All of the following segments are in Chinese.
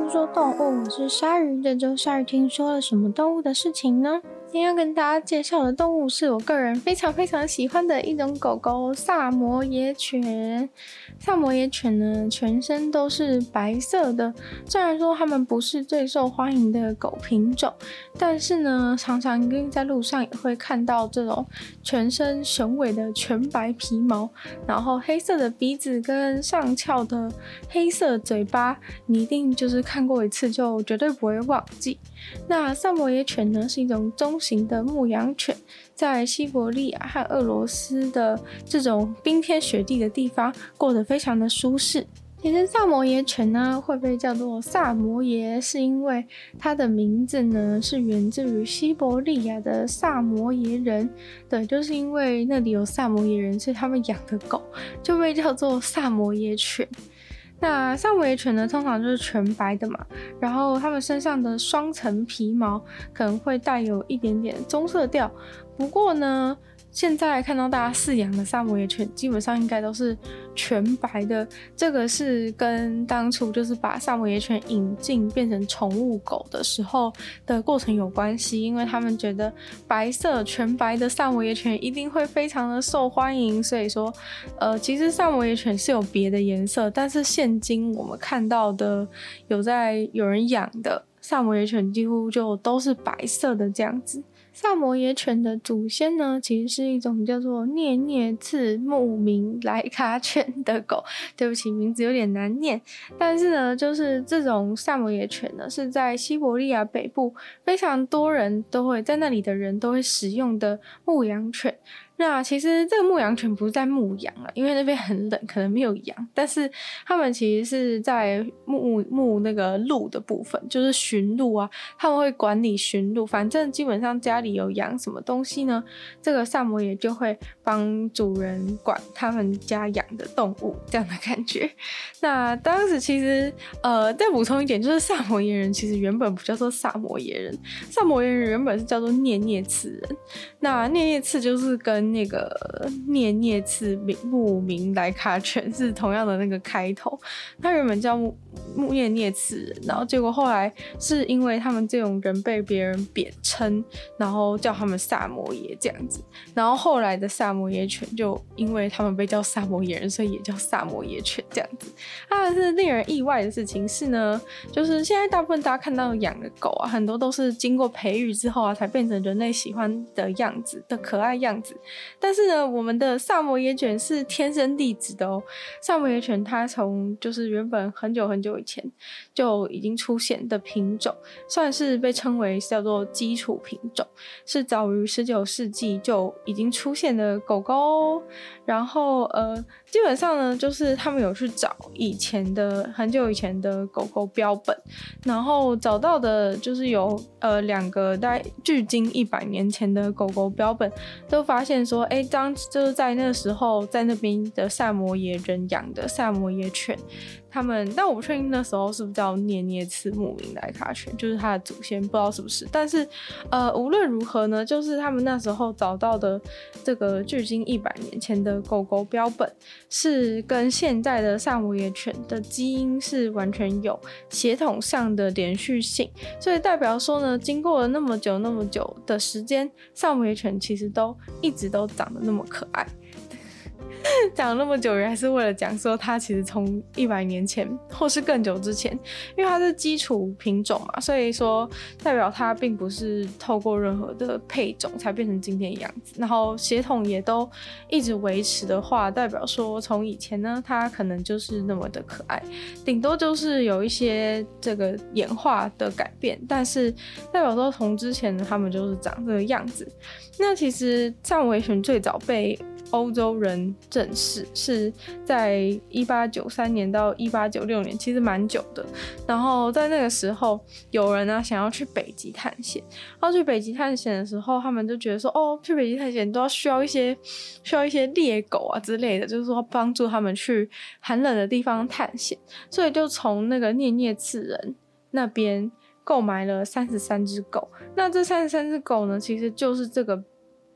听说动物，我是鲨鱼。这周鲨鱼听说了什么动物的事情呢？今天要跟大家介绍的动物是我个人非常非常喜欢的一种狗狗——萨摩耶犬。萨摩耶犬呢，全身都是白色的。虽然说它们不是最受欢迎的狗品种，但是呢，常常在路上也会看到这种全身雄伟的全白皮毛，然后黑色的鼻子跟上翘的黑色嘴巴，你一定就是看过一次就绝对不会忘记。那萨摩耶犬呢，是一种中型的牧羊犬，在西伯利亚和俄罗斯的这种冰天雪地的地方过得非常的舒适。其实萨摩耶犬呢会被叫做萨摩耶，是因为它的名字呢是源自于西伯利亚的萨摩耶人。对，就是因为那里有萨摩耶人，所以他们养的狗就被叫做萨摩耶犬。那萨摩耶犬呢，通常就是全白的嘛，然后它们身上的双层皮毛可能会带有一点点棕色调。不过呢，现在看到大家饲养的萨摩耶犬基本上应该都是全白的，这个是跟当初就是把萨摩耶犬引进变成宠物狗的时候的过程有关系，因为他们觉得白色全白的萨摩耶犬一定会非常的受欢迎，所以说其实萨摩耶犬是有别的颜色，但是现今我们看到的有人养的萨摩耶犬几乎就都是白色的这样子。萨摩耶犬的祖先呢，其实是一种叫做涅涅次牧民莱卡犬的狗。对不起，名字有点难念。但是呢，就是这种萨摩耶犬呢，是在西伯利亚北部非常多人都会在那里的人都会使用的牧羊犬。那其实这个牧羊犬不是在牧羊啊，因为那边很冷，可能没有羊。但是他们其实是在牧那个鹿的部分，就是驯鹿啊，他们会管理驯鹿。反正基本上家里有养什么东西呢，这个萨摩耶就会帮主人管他们家养的动物，这样的感觉。那当时其实再补充一点，就是萨摩耶人其实原本不叫做萨摩耶人，萨摩耶人原本是叫做涅涅次人。那涅涅次就是跟那个涅涅次牧民莱卡犬是同样的那个开头，他原本叫涅涅次人，然后结果后来是因为他们这种人被别人贬称，然后叫他们萨摩耶这样子，然后后来的萨摩耶犬就因为他们被叫萨摩耶人，所以也叫萨摩耶犬这样子。但是令人意外的事情是呢，就是现在大部分大家看到养的狗啊，很多都是经过培育之后啊，才变成人类喜欢的样子的可爱样子。但是呢，我们的萨摩耶犬是天生丽质的哦。萨摩耶犬它从就是原本很久很久以前就已经出现的品种，算是被称为叫做基础品种，是早于19世纪就已经出现的狗狗。然后基本上呢，就是他们有去找很久以前的狗狗标本，然后找到的就是有2个大概距今100年前的狗狗标本，都发现说，就是在那个时候在那边的萨摩耶人养的萨摩耶犬，他们，但我不确定那时候是不是叫涅涅次牧民莱卡犬，就是他的祖先，不知道是不是。但是无论如何呢，就是他们那时候找到的这个距今100年前的狗狗标本，是跟现在的萨摩耶犬的基因是完全有血统上的连续性，所以代表说呢，经过了那么久的时间，萨摩耶犬其实都一直都长得那么可爱。讲那么久还是为了讲说它其实从100年前或是更久之前，因为它是基础品种嘛，所以说代表它并不是透过任何的配种才变成今天的样子，然后血统也都一直维持的话，代表说从以前呢它可能就是那么的可爱，顶多就是有一些这个演化的改变，但是代表说从之前呢他们就是长这个样子。那其实萨摩耶犬最早被欧洲人正式是在1893年到1896年，其实蛮久的。然后在那个时候，有人呢想要去北极探险，然后去北极探险的时候，他们就觉得说，去北极探险都要需要一些猎狗啊之类的，就是说帮助他们去寒冷的地方探险，所以就从那个涅涅次人那边购买了33只狗。那这33只狗呢，其实就是这个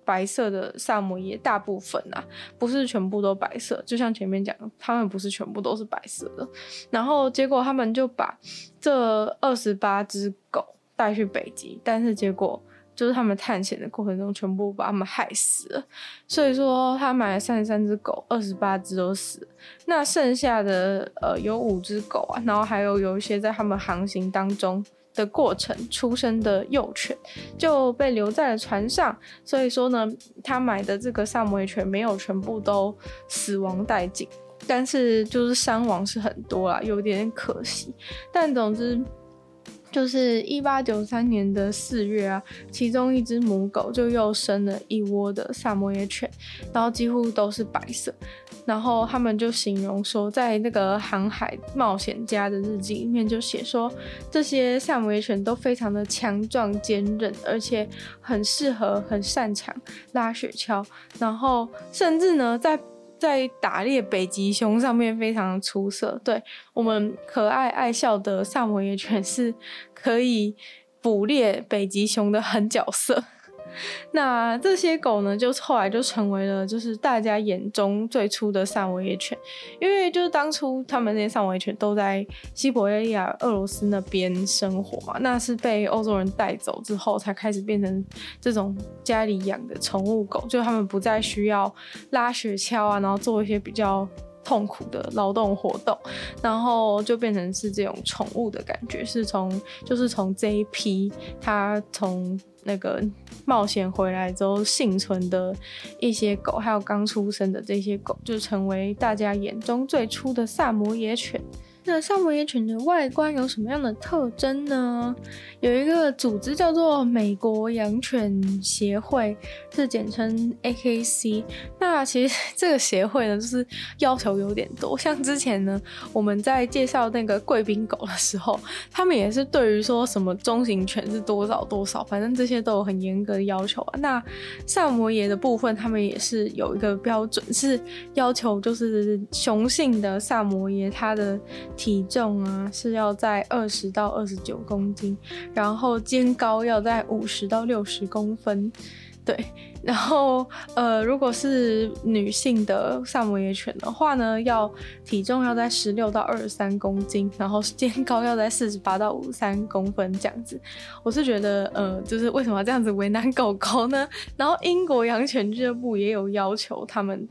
白色的萨摩耶，大部分啊，不是全部都白色，就像前面讲，他们不是全部都是白色的。然后结果他们就把这28只狗带去北极，但是结果就是他们探险的过程中全部把他们害死了，所以说他买了33只狗，28只都死了。那剩下的有5只狗啊，然后还有一些在他们航行当中的过程出生的幼犬就被留在了船上，所以说呢，他买的这个萨摩耶犬没有全部都死亡殆尽，但是就是伤亡是很多啦，有点可惜。但总之就是1893年的4月啊，其中一只母狗就又生了一窝的萨摩耶犬，然后几乎都是白色。然后他们就形容说，在那个航海冒险家的日记里面就写说，这些萨摩耶犬都非常的强壮坚韧，而且很适合很擅长拉雪橇，然后甚至呢在打猎北极熊上面非常出色。对，我们可爱爱笑的萨摩耶犬是可以捕猎北极熊的狠角色。那这些狗呢，就后来就成为了就是大家眼中最初的萨摩耶犬，因为就是当初他们那些萨摩耶犬都在西伯利亚俄罗斯那边生活嘛，那是被欧洲人带走之后才开始变成这种家里养的宠物狗，就他们不再需要拉雪橇啊，然后做一些比较痛苦的劳动活动，然后就变成是这种宠物的感觉，就是从这一批他从那个冒险回来之后幸存的一些狗，还有刚出生的这些狗，就成为大家眼中最初的萨摩耶犬。那萨摩耶犬的外观有什么样的特征呢？有一个组织叫做美国养犬协会，是简称 AKC。那其实这个协会呢，就是要求有点多。像之前呢，我们在介绍那个贵宾狗的时候，他们也是对于说什么中型犬是多少多少，反正这些都有很严格的要求啊。那萨摩耶的部分，他们也是有一个标准，是要求就是雄性的萨摩耶它的体重啊是要在20到29公斤，然后肩高要在50到60公分。对，然后如果是女性的萨摩耶犬的话呢，体重要在16到23公斤，然后肩高要在48到53公分这样子。我是觉得就是为什么要这样子为难狗狗呢？然后英国养犬俱乐部也有要求他们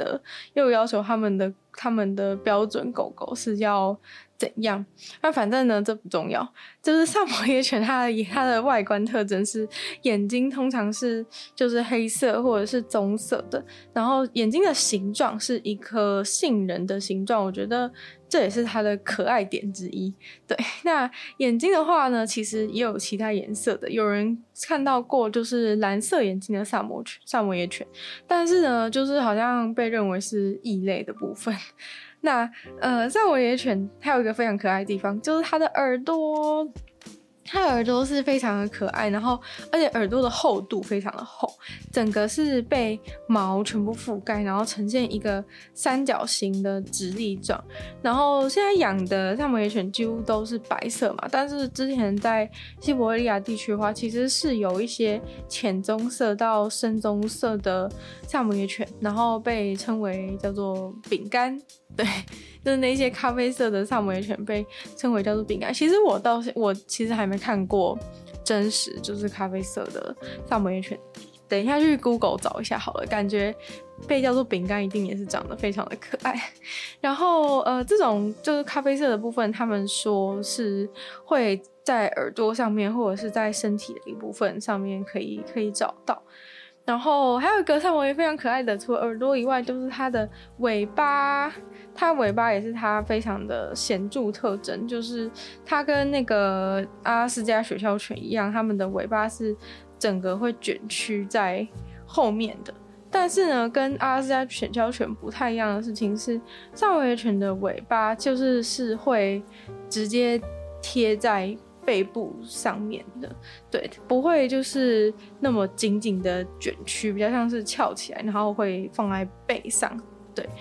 的标准狗狗是要怎样。那反正呢这不重要，就是萨摩耶犬它的外观特征是眼睛通常是就是黑色或者是棕色的，然后眼睛的形状是一颗杏仁的形状，我觉得这也是它的可爱点之一。对，那眼睛的话呢，其实也有其他颜色的，有人看到过就是蓝色眼睛的萨摩耶犬，但是呢就是好像被认为是异类的部分。那萨摩耶犬它有一个非常可爱的地方，就是它的耳朵是非常的可爱，然后而且耳朵的厚度非常的厚，整个是被毛全部覆盖，然后呈现一个三角形的直立状。然后现在养的萨摩耶犬几乎都是白色嘛，但是之前在西伯利亚地区的话，其实是有一些浅棕色到深棕色的萨摩耶犬，然后被称为叫做饼干。对，就是那些咖啡色的萨摩耶犬被称为叫做饼干。其实我其实还没看过真实就是咖啡色的萨摩耶犬，等一下去 Google 找一下好了，感觉被叫做饼干一定也是长得非常的可爱。然后这种就是咖啡色的部分，他们说是会在耳朵上面或者是在身体的一部分上面可以找到。然后还有一个萨摩耶非常可爱的，除了耳朵以外，就是它的尾巴。它尾巴也是它非常的显著特征，就是它跟那个阿拉斯加雪橇犬一样，它们的尾巴是整个会卷曲在后面的。但是呢，跟阿拉斯加雪橇犬不太一样的事情是，萨摩耶犬的尾巴是会直接贴在背部上面的，对，不会就是那么紧紧的卷曲，比较像是翘起来，然后会放在背上，对。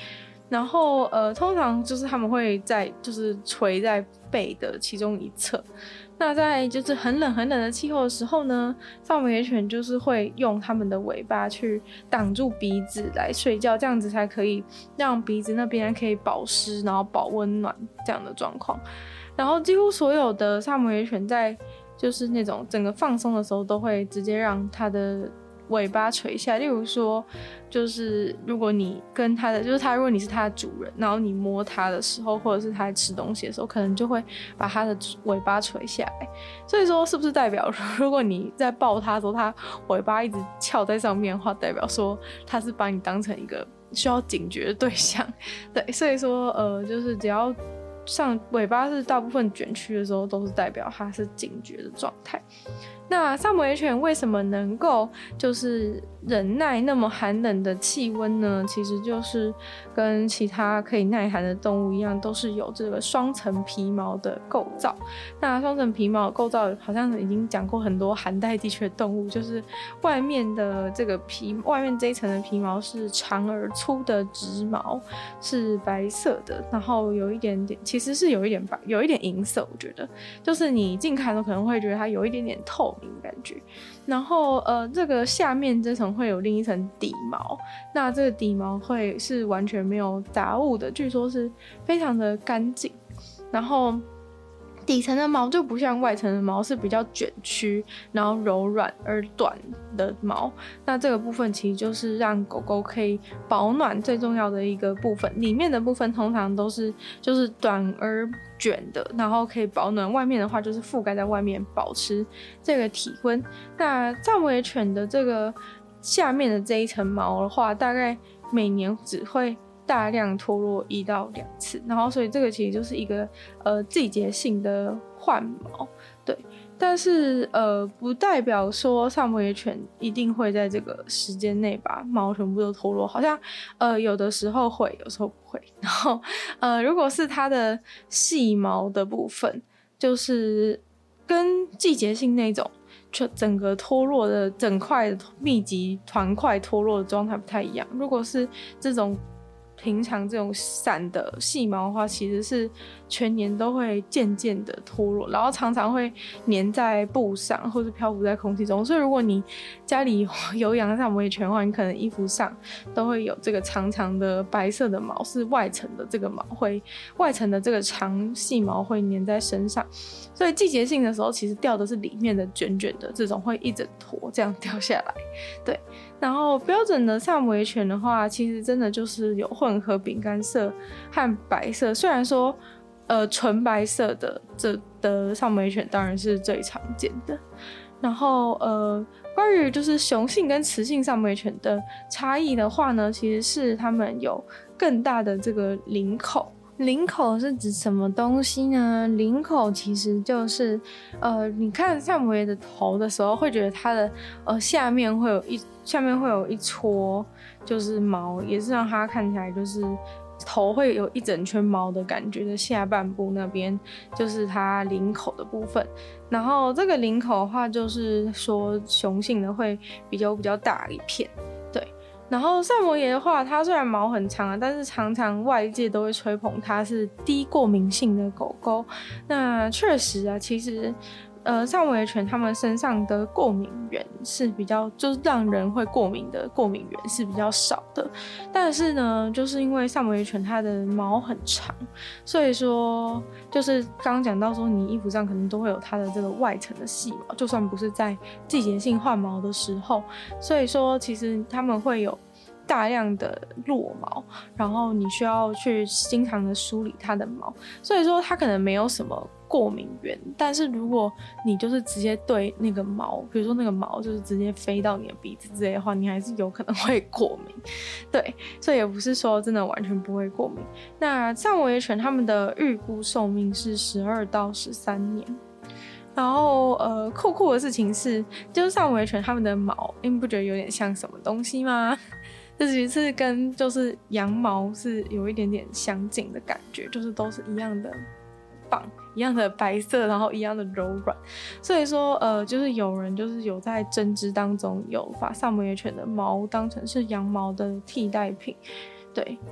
然后通常就是他们会就是垂在背的其中一侧。那在就是很冷的气候的时候呢，萨摩耶犬就是会用它们的尾巴去挡住鼻子来睡觉，这样子才可以让鼻子那边可以保湿，然后保温暖这样的状况。然后几乎所有的萨摩耶犬在就是那种整个放松的时候，都会直接让它的尾巴垂下。例如说，就是如果你跟它的，就是它，如果你是它的主人，然后你摸它的时候，或者是它在吃东西的时候，可能就会把它的尾巴垂下来。所以说，是不是代表如果你在抱它的时候，它尾巴一直翘在上面的话，代表说它是把你当成一个需要警觉的对象？对，所以说就是只要上尾巴是大部分卷曲的时候，都是代表它是警觉的状态。那萨摩耶犬为什么能够就是忍耐那么寒冷的气温呢？其实就是跟其他可以耐寒的动物一样，都是有这个双层皮毛的构造。那双层皮毛的构造好像已经讲过很多寒带地区的动物，就是外面的这个外面这一层的皮毛是长而粗的直毛，是白色的，然后有一点点，其实是有一点白，有一点银色，我觉得就是你近看的时候可能会觉得它有一点点透明感觉。然后这个下面这层会有另一层底毛，那这个底毛会是完全没有杂物的，据说是非常的干净。然后底层的毛就不像外层的毛是比较卷曲，然后柔软而短的毛。那这个部分其实就是让狗狗可以保暖最重要的一个部分。里面的部分通常都是就是短而卷的，然后可以保暖。外面的话就是覆盖在外面，保持这个体温。那萨摩耶犬的这个下面的这一层毛的话，大概每年只会大量脱落1到2次，然后所以这个其实就是一个季节性的换毛，对。但是不代表说萨摩耶犬一定会在这个时间内把毛全部都脱落，好像有的时候会，有时候不会。然后如果是它的细毛的部分，就是跟季节性那种就整个脱落的整块密集团块脱落的状态不太一样。如果是这种平常这种散的细毛的话，其实是全年都会渐渐的脱落，然后常常会粘在布上或是漂浮在空气中。所以如果你家里有养萨摩耶犬的话，你可能衣服上都会有这个长长的白色的毛，是外层的这个毛外层的这个长细毛会粘在身上。所以季节性的时候，其实掉的是里面的卷卷的这种，会一整坨这样掉下来。对，然后标准的萨摩耶犬的话，其实真的就是有混合饼干色和白色。虽然说纯白色的萨摩耶犬当然是最常见的。然后关于就是雄性跟雌性萨摩耶犬的差异的话呢，其实是它们有更大的这个领口。领口是指什么东西呢？领口其实就是你看萨摩耶的头的时候，会觉得它的下面会有一撮就是毛，也是让它看起来就是头会有一整圈毛的感觉的下半部那边，就是它领口的部分。然后这个领口的话，就是说雄性的会比较大一片，对。然后萨摩耶的话，它虽然毛很长啊，但是常常外界都会吹捧它是低过敏性的狗狗。那确实啊，其实萨摩耶犬它们身上的过敏源是比较，就是让人会过敏的过敏源是比较少的。但是呢，就是因为萨摩耶犬它的毛很长，所以说就是刚刚讲到说，你衣服上可能都会有它的这个外层的细毛，就算不是在季节性换毛的时候。所以说，其实它们会有大量的落毛，然后你需要去经常的梳理它的毛。所以说，它可能没有什么过敏源，但是如果你就是直接对那个毛，比如说那个毛就是直接飞到你的鼻子之类的话，你还是有可能会过敏。对，所以也不是说真的完全不会过敏。那萨摩耶犬它们的预估寿命是12到13年。然后酷的事情是，就是萨摩耶犬它们的毛，你不觉得有点像什么东西吗？这其实是跟就是羊毛是有一点点相近的感觉，就是都是一样的棒，一样的白色，然后一样的柔软。所以说就是有人就是有在针织当中有把萨摩耶犬的毛当成是羊毛的替代品，对。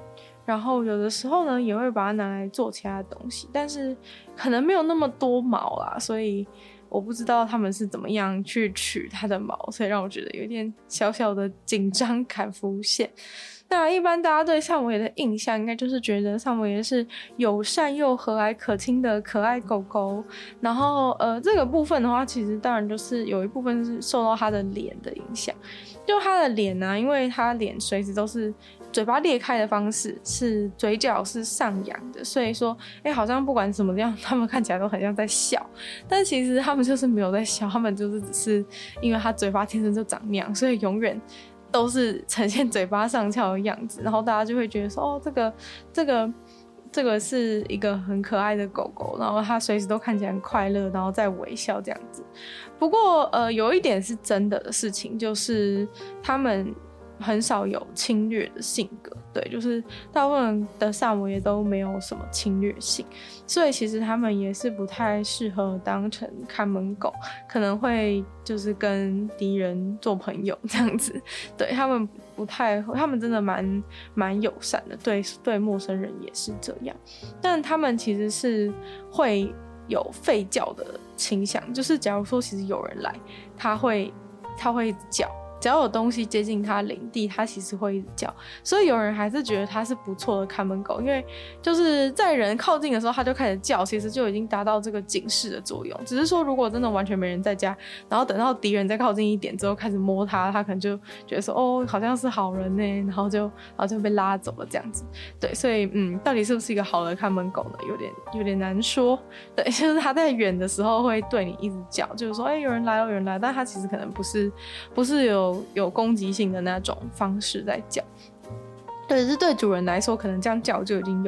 然后有的时候呢也会把它拿来做其他东西，但是可能没有那么多毛啦，所以我不知道他们是怎么样去取它的毛，所以让我觉得有点小小的紧张感浮现。那一般大家对萨摩耶的印象应该就是觉得萨摩耶是友善又和蔼可亲的可爱狗狗，然后这个部分的话其实当然就是有一部分是受到它的脸的影响，就它的脸呢，因为它脸随时都是嘴巴裂开的方式，是嘴角是上扬的，所以说好像不管怎么样他们看起来都很像在笑，但其实他们就是没有在笑，他们就是只是因为他嘴巴天生就长那样，所以永远都是呈现嘴巴上翘的样子，然后大家就会觉得说这个是一个很可爱的狗狗，然后它随时都看起来很快乐，然后在微笑这样子。不过有一点是真的事情，就是他们很少有侵略的性格，对，就是大部分的萨摩耶都没有什么侵略性，所以其实他们也是不太适合当成看门狗，可能会就是跟敌人做朋友这样子，对，他们不太，他们真的蛮友善的，对陌生人也是这样，但他们其实是会有吠叫的倾向，就是假如说其实有人来，他会叫。只要有东西接近它领地，它其实会一直叫，所以有人还是觉得它是不错的看门狗，因为就是在人靠近的时候它就开始叫，其实就已经达到这个警示的作用。只是说如果真的完全没人在家，然后等到敌人再靠近一点之后开始摸它，它可能就觉得说好像是好人呢，然后就被拉走了这样子。对，所以到底是不是一个好的看门狗呢？有点难说。对，就是它在远的时候会对你一直叫，就是说有人来了有人来了，但它其实可能不是有攻击性的那种方式在叫，对，是对主人来说，可能这样叫就已经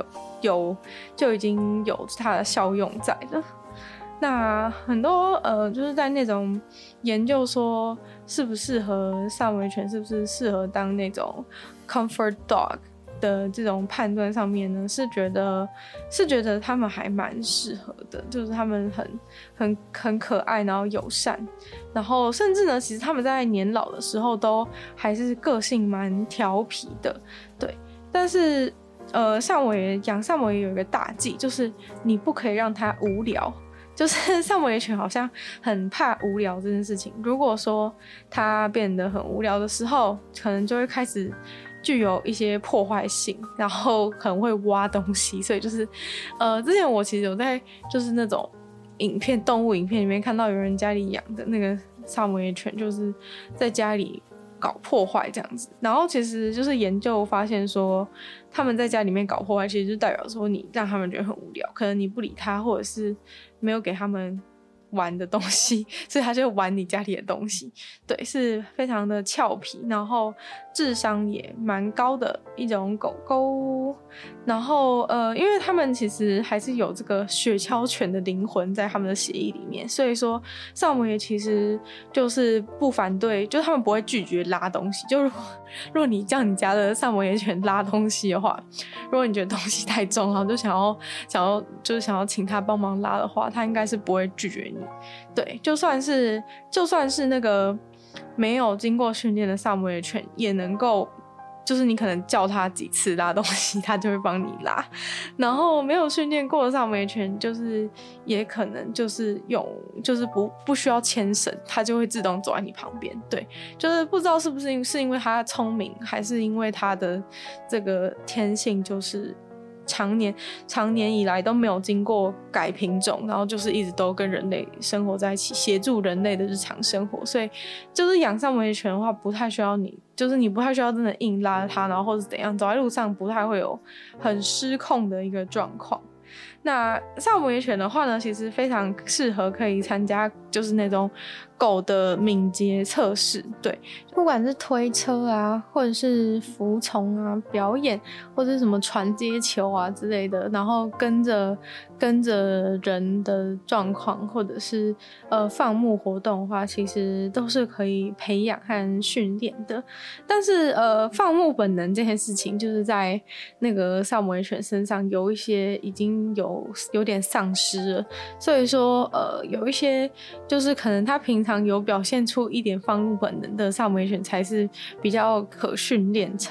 有它的效用在了。那很多就是在那种研究说适不适合萨摩耶犬，是不是适合当那种 comfort dog的这种判断上面呢，是觉得他们还蛮适合的，就是他们很可爱，然后友善，然后甚至呢，其实他们在年老的时候都还是个性蛮调皮的，对。但是养萨摩耶有一个大忌，就是你不可以让它无聊。就是萨摩耶犬好像很怕无聊这件事情，如果说它变得很无聊的时候，可能就会开始具有一些破坏性，然后可能会挖东西，所以就是之前我其实有在就是那种动物影片里面看到有人家里养的那个萨摩耶犬，就是在家里搞破坏这样子，然后其实就是研究发现说他们在家里面搞破坏，其实就代表说你让他们觉得很无聊，可能你不理他，或者是没有给他们玩的东西，所以他就玩你家里的东西，对，是非常的俏皮，然后智商也蛮高的一种狗狗。然后因为他们其实还是有这个雪橇犬的灵魂在他们的血液里面，所以说萨摩耶其实就是不反对，就是他们不会拒绝拉东西，就如果你叫你家的萨摩耶犬拉东西的话，如果你觉得东西太重，然后就想要请他帮忙拉的话，他应该是不会拒绝你。对，就算是那个没有经过训练的萨摩耶犬也能够，就是你可能叫他几次拉东西，他就会帮你拉。然后没有训练过的萨摩耶犬，就是也可能就是不需要牵绳，他就会自动走在你旁边。对，就是不知道是不是因为他聪明，还是因为他的这个天性就是常年以来都没有经过改品种，然后就是一直都跟人类生活在一起，协助人类的日常生活，所以就是养萨摩耶犬的话，不太需要你不太需要真的硬拉它，然后或是怎样，走在路上不太会有很失控的一个状况。那萨摩耶犬的话呢，其实非常适合可以参加就是那种狗的敏捷测试，对，不管是推车啊，或者是服从啊，表演，或者是什么传接球啊之类的，然后跟着人的状况，或者是放牧活动的话，其实都是可以培养和训练的。但是放牧本能这件事情，就是在那个萨摩耶犬身上有一些已经有点丧失了，所以说有一些就是可能他平常有表现出一点放牧本能的萨摩耶犬才是比较可训练成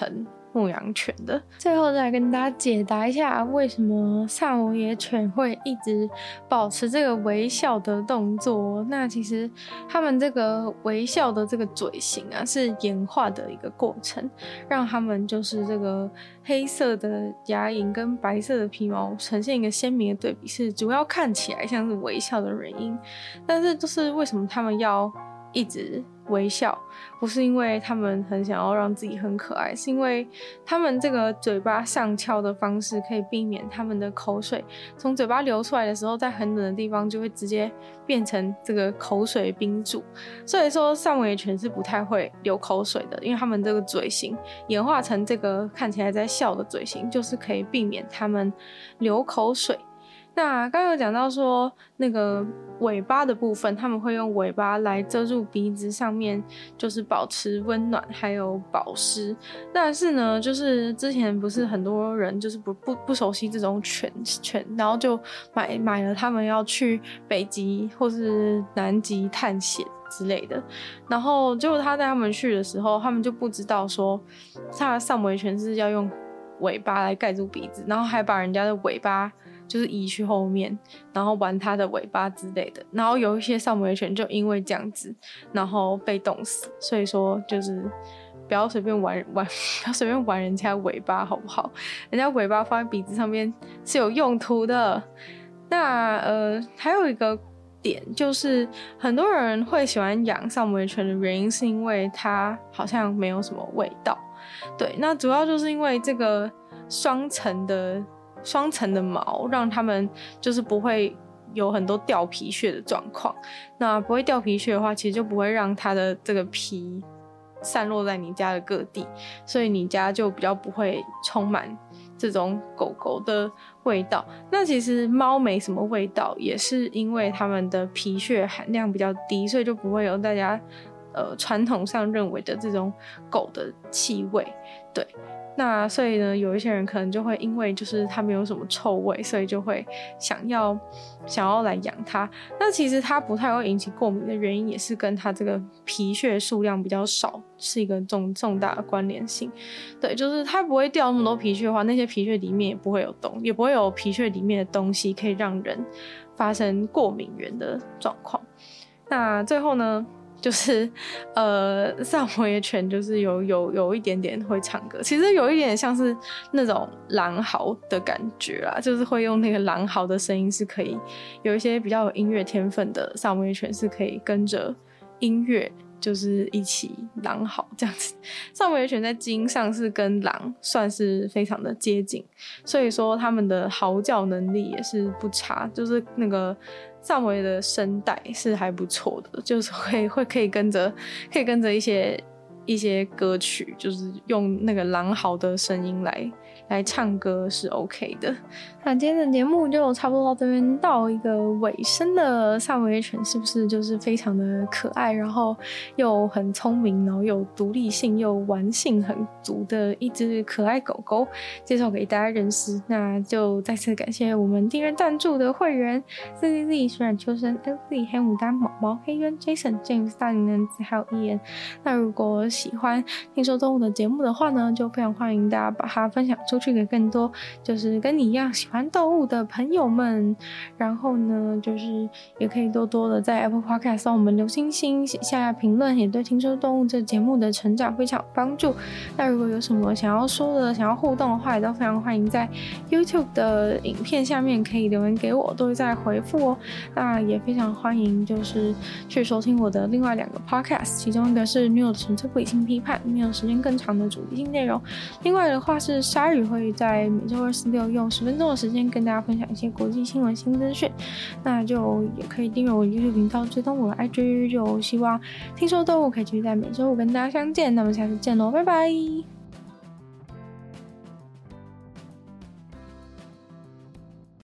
牧羊犬的。最后再来跟大家解答一下，为什么萨摩耶犬会一直保持这个微笑的动作。那其实他们这个微笑的这个嘴型啊，是演化的一个过程，让他们就是这个黑色的牙龈跟白色的皮毛呈现一个鲜明的对比，是主要看起来像是微笑的原因。但是就是为什么他们要一直微笑，不是因为他们很想要让自己很可爱，是因为他们这个嘴巴上翘的方式可以避免他们的口水从嘴巴流出来的时候，在很冷的地方就会直接变成这个口水冰柱。所以说萨摩耶犬是不太会流口水的，因为他们这个嘴型演化成这个看起来在笑的嘴型，就是可以避免他们流口水。那刚刚有讲到说那个尾巴的部分，他们会用尾巴来遮住鼻子上面，就是保持温暖还有保湿。但是呢，就是之前不是很多人就是不熟悉这种犬，然后就买了他们要去北极或是南极探险之类的，然后结果他带他们去的时候，他们就不知道说他的萨摩耶犬是要用尾巴来盖住鼻子，然后还把人家的尾巴就是移去后面，然后玩它的尾巴之类的，然后有一些萨摩耶犬就因为这样子，然后被冻死。所以说就是不要随便玩，不要随便玩人家尾巴，好不好？人家尾巴放在鼻子上面是有用途的。那还有一个点就是很多人会喜欢养萨摩耶犬的原因，是因为它好像没有什么味道。对，那主要就是因为这个双层的毛，让他们就是不会有很多掉皮屑的状况。那不会掉皮屑的话，其实就不会让它的这个皮散落在你家的各地，所以你家就比较不会充满这种狗狗的味道。那其实猫没什么味道，也是因为它们的皮屑含量比较低，所以就不会有大家传统上认为的这种狗的气味。对，那所以呢，有一些人可能就会因为就是它没有什么臭味，所以就会想要来养它。那其实它不太会引起过敏的原因，也是跟它这个皮屑数量比较少是一个重大的关联性。对，就是它不会掉那么多皮屑的话，那些皮屑里面也不会有皮屑里面的东西可以让人发生过敏源的状况。那最后呢，就是萨摩耶犬就是有一点点会唱歌，其实有一点像是那种狼嚎的感觉啦，就是会用那个狼嚎的声音，是可以有一些比较有音乐天分的萨摩耶犬是可以跟着音乐就是一起狼嚎这样子。萨摩耶犬在基因上是跟狼算是非常的接近，所以说他们的嚎叫能力也是不差，就是那个萨摩耶的声带是还不错的，就是可以跟着一些歌曲，就是用那个狼嚎的声音来唱歌是 OK 的。那今天的节目就差不多到这边到一个尾声了。萨摩耶犬是不是就是非常的可爱，然后又很聪明，然后有独立性又玩性很足的一只可爱狗狗，介绍给大家认识。那就再次感谢我们订阅赞助的会员 CCZ、水染秋生、LZ、黑牡丹、毛毛、黑渊、Jason、James、大龄男子还有伊言。那如果喜欢听说动物的节目的话呢，就非常欢迎大家把它分享出去给更多就是跟你一样喜欢动物的朋友们。然后呢，就是也可以多多的在 Apple Podcast 让我们留星星，写下评论，也对听说动物这节目的成长非常有帮助。那如果有什么想要说的、想要互动的话，也都非常欢迎在 YouTube 的影片下面可以留言给我，都会再回复哦。那也非常欢迎就是去收听我的另外2个 Podcast， 其中一个是女友的纯粹不理性批判，没有时间更长的主题性内容。另外的话是鲨鱼会在每周2、4、6用10分钟的时间跟大家分享一些国际新闻新资讯。那就也可以订阅我的 YouTube 频道，追踪我的 IG， 就希望听说动物可以继续在每周5跟大家相见。那么下次见喽，拜拜。